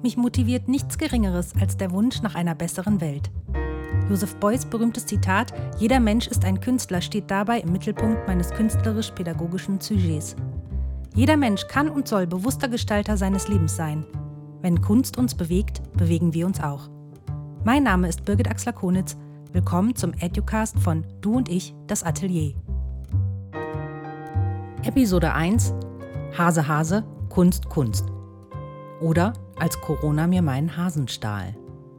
Mich motiviert nichts Geringeres als der Wunsch nach einer besseren Welt. Joseph Beuys' berühmtes Zitat „Jeder Mensch ist ein Künstler“ steht dabei im Mittelpunkt meines künstlerisch-pädagogischen Sujets. Jeder Mensch kann und soll bewusster Gestalter seines Lebens sein. Wenn Kunst uns bewegt, bewegen wir uns auch. Mein Name ist Birgit Axler-Konitz. Willkommen zum Educast von Du und ich, das Atelier. Episode 1: Hase, Hase, Kunst, Kunst. Oder als Corona mir meinen Hasen stahl.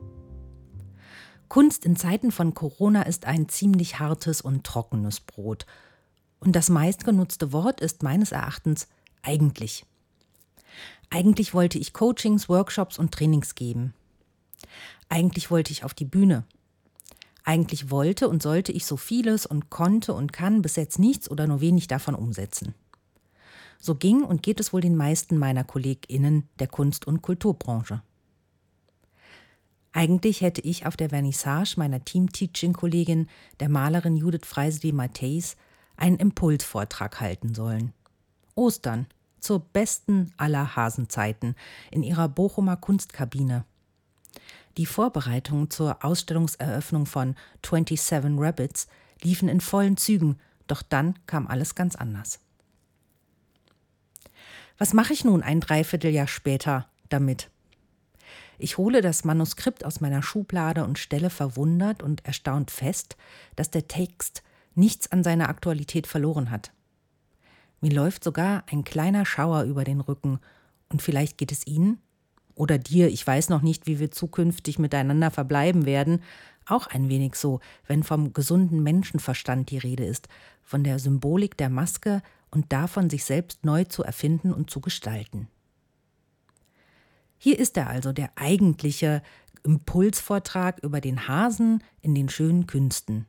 Kunst in Zeiten von Corona ist ein ziemlich hartes und trockenes Brot. Und das meistgenutzte Wort ist meines Erachtens eigentlich. Eigentlich wollte ich Coachings, Workshops und Trainings geben. Eigentlich wollte ich auf die Bühne. Eigentlich wollte und sollte ich so vieles und konnte und kann bis jetzt nichts oder nur wenig davon umsetzen. So ging und geht es wohl den meisten meiner KollegInnen der Kunst- und Kulturbranche. Eigentlich hätte ich auf der Vernissage meiner Team-Teaching-Kollegin, der Malerin Judith Freisedy-Matthäus, einen Impulsvortrag halten sollen. Ostern, zur besten aller Hasenzeiten, in ihrer Bochumer Kunstkabine. Die Vorbereitungen zur Ausstellungseröffnung von 27 Rabbits liefen in vollen Zügen, doch dann kam alles ganz anders. Was mache ich nun ein Dreivierteljahr später damit? Ich hole das Manuskript aus meiner Schublade und stelle verwundert und erstaunt fest, dass der Text nichts an seiner Aktualität verloren hat. Mir läuft sogar ein kleiner Schauer über den Rücken und vielleicht geht es Ihnen oder dir, ich weiß noch nicht, wie wir zukünftig miteinander verbleiben werden, auch ein wenig so, wenn vom gesunden Menschenverstand die Rede ist, von der Symbolik der Maske und davon, sich selbst neu zu erfinden und zu gestalten. Hier ist er also, der eigentliche Impulsvortrag über den Hasen in den schönen Künsten.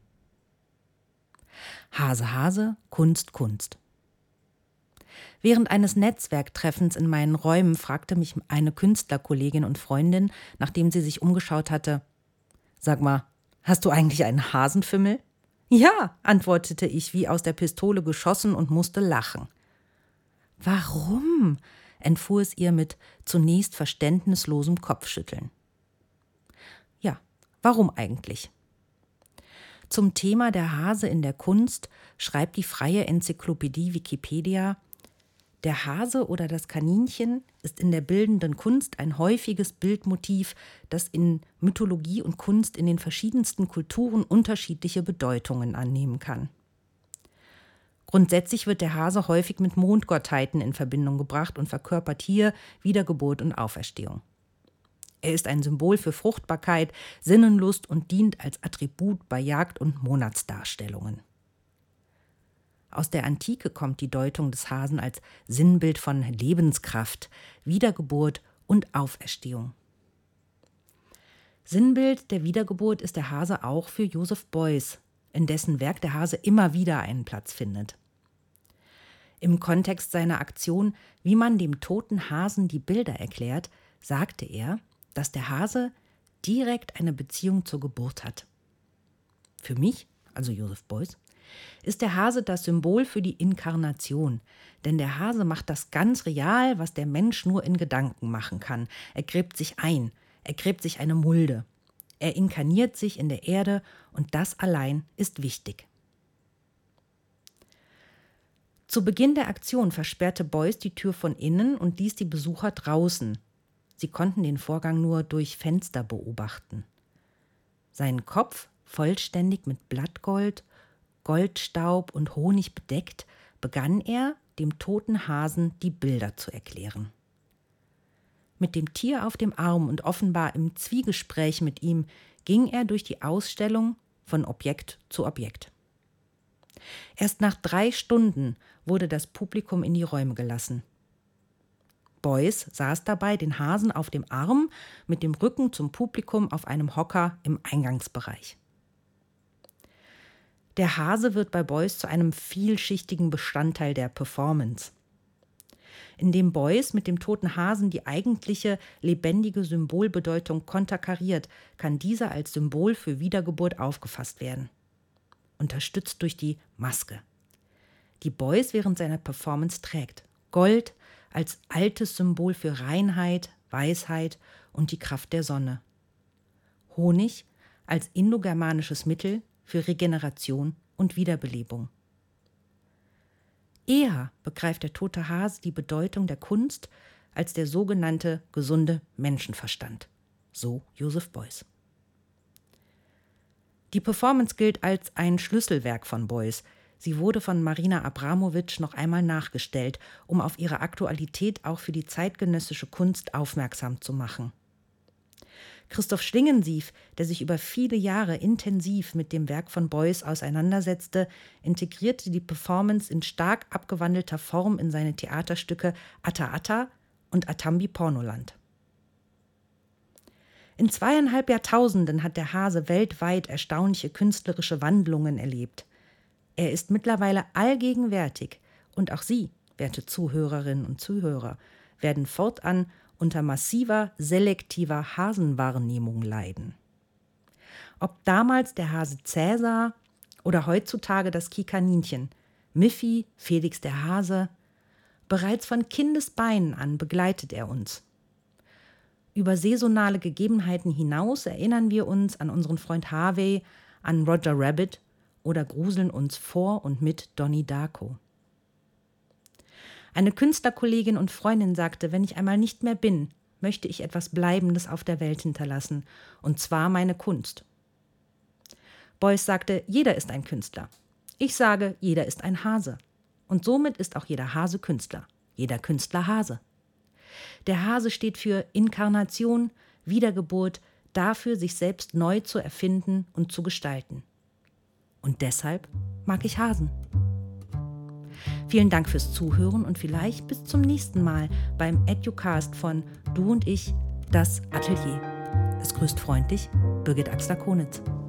Hase, Hase, Kunst, Kunst. Während eines Netzwerktreffens in meinen Räumen fragte mich eine Künstlerkollegin und Freundin, nachdem sie sich umgeschaut hatte: „Sag mal, hast du eigentlich einen Hasenfümmel?" „Ja", antwortete ich wie aus der Pistole geschossen und musste lachen. „Warum?" entfuhr es ihr mit zunächst verständnislosem Kopfschütteln. Ja, warum eigentlich? Zum Thema der Hase in der Kunst schreibt die freie Enzyklopädie Wikipedia: Der Hase oder das Kaninchen ist in der bildenden Kunst ein häufiges Bildmotiv, das in Mythologie und Kunst in den verschiedensten Kulturen unterschiedliche Bedeutungen annehmen kann. Grundsätzlich wird der Hase häufig mit Mondgottheiten in Verbindung gebracht und verkörpert hier Wiedergeburt und Auferstehung. Er ist ein Symbol für Fruchtbarkeit, Sinnenlust und dient als Attribut bei Jagd- und Monatsdarstellungen. Aus der Antike kommt die Deutung des Hasen als Sinnbild von Lebenskraft, Wiedergeburt und Auferstehung. Sinnbild der Wiedergeburt ist der Hase auch für Joseph Beuys, in dessen Werk der Hase immer wieder einen Platz findet. Im Kontext seiner Aktion „Wie man dem toten Hasen die Bilder erklärt", sagte er, dass der Hase direkt eine Beziehung zur Geburt hat. Für mich, also Joseph Beuys, ist der Hase das Symbol für die Inkarnation. Denn der Hase macht das ganz real, was der Mensch nur in Gedanken machen kann. Er gräbt sich ein, er gräbt sich eine Mulde. Er inkarniert sich in der Erde und das allein ist wichtig. Zu Beginn der Aktion versperrte Beuys die Tür von innen und ließ die Besucher draußen. Sie konnten den Vorgang nur durch Fenster beobachten. Seinen Kopf, vollständig mit Blattgold, Goldstaub und Honig bedeckt, begann er, dem toten Hasen die Bilder zu erklären. Mit dem Tier auf dem Arm und offenbar im Zwiegespräch mit ihm ging er durch die Ausstellung von Objekt zu Objekt. Erst nach 3 Stunden wurde das Publikum in die Räume gelassen. Beuys saß dabei den Hasen auf dem Arm mit dem Rücken zum Publikum auf einem Hocker im Eingangsbereich. Der Hase wird bei Beuys zu einem vielschichtigen Bestandteil der Performance. Indem Beuys mit dem toten Hasen die eigentliche lebendige Symbolbedeutung konterkariert, kann dieser als Symbol für Wiedergeburt aufgefasst werden. Unterstützt durch die Maske, die Beuys während seiner Performance trägt. Gold als altes Symbol für Reinheit, Weisheit und die Kraft der Sonne. Honig als indogermanisches Mittel für Regeneration und Wiederbelebung. Eher begreift der tote Hase die Bedeutung der Kunst als der sogenannte gesunde Menschenverstand. So Joseph Beuys. Die Performance gilt als ein Schlüsselwerk von Beuys. Sie wurde von Marina Abramović noch einmal nachgestellt, um auf ihre Aktualität auch für die zeitgenössische Kunst aufmerksam zu machen. Christoph Schlingensief, der sich über viele Jahre intensiv mit dem Werk von Beuys auseinandersetzte, integrierte die Performance in stark abgewandelter Form in seine Theaterstücke Atta Atta und Atambi Pornoland. In 2,5 Jahrtausenden hat der Hase weltweit erstaunliche künstlerische Wandlungen erlebt. Er ist mittlerweile allgegenwärtig und auch Sie, werte Zuhörerinnen und Zuhörer, werden fortan unter massiver, selektiver Hasenwahrnehmung leiden. Ob damals der Hase Cäsar oder heutzutage das Kikaninchen, Miffy, Felix der Hase, bereits von Kindesbeinen an begleitet er uns. Über saisonale Gegebenheiten hinaus erinnern wir uns an unseren Freund Harvey, an Roger Rabbit oder gruseln uns vor und mit Donnie Darko. Eine Künstlerkollegin und Freundin sagte, wenn ich einmal nicht mehr bin, möchte ich etwas Bleibendes auf der Welt hinterlassen, und zwar meine Kunst. Beuys sagte, jeder ist ein Künstler. Ich sage, jeder ist ein Hase. Und somit ist auch jeder Hase Künstler, jeder Künstler Hase. Der Hase steht für Inkarnation, Wiedergeburt, dafür, sich selbst neu zu erfinden und zu gestalten. Und deshalb mag ich Hasen. Vielen Dank fürs Zuhören und vielleicht bis zum nächsten Mal beim Educast von Du und ich, das Atelier. Es grüßt freundlich Birgit Axler-Konitz.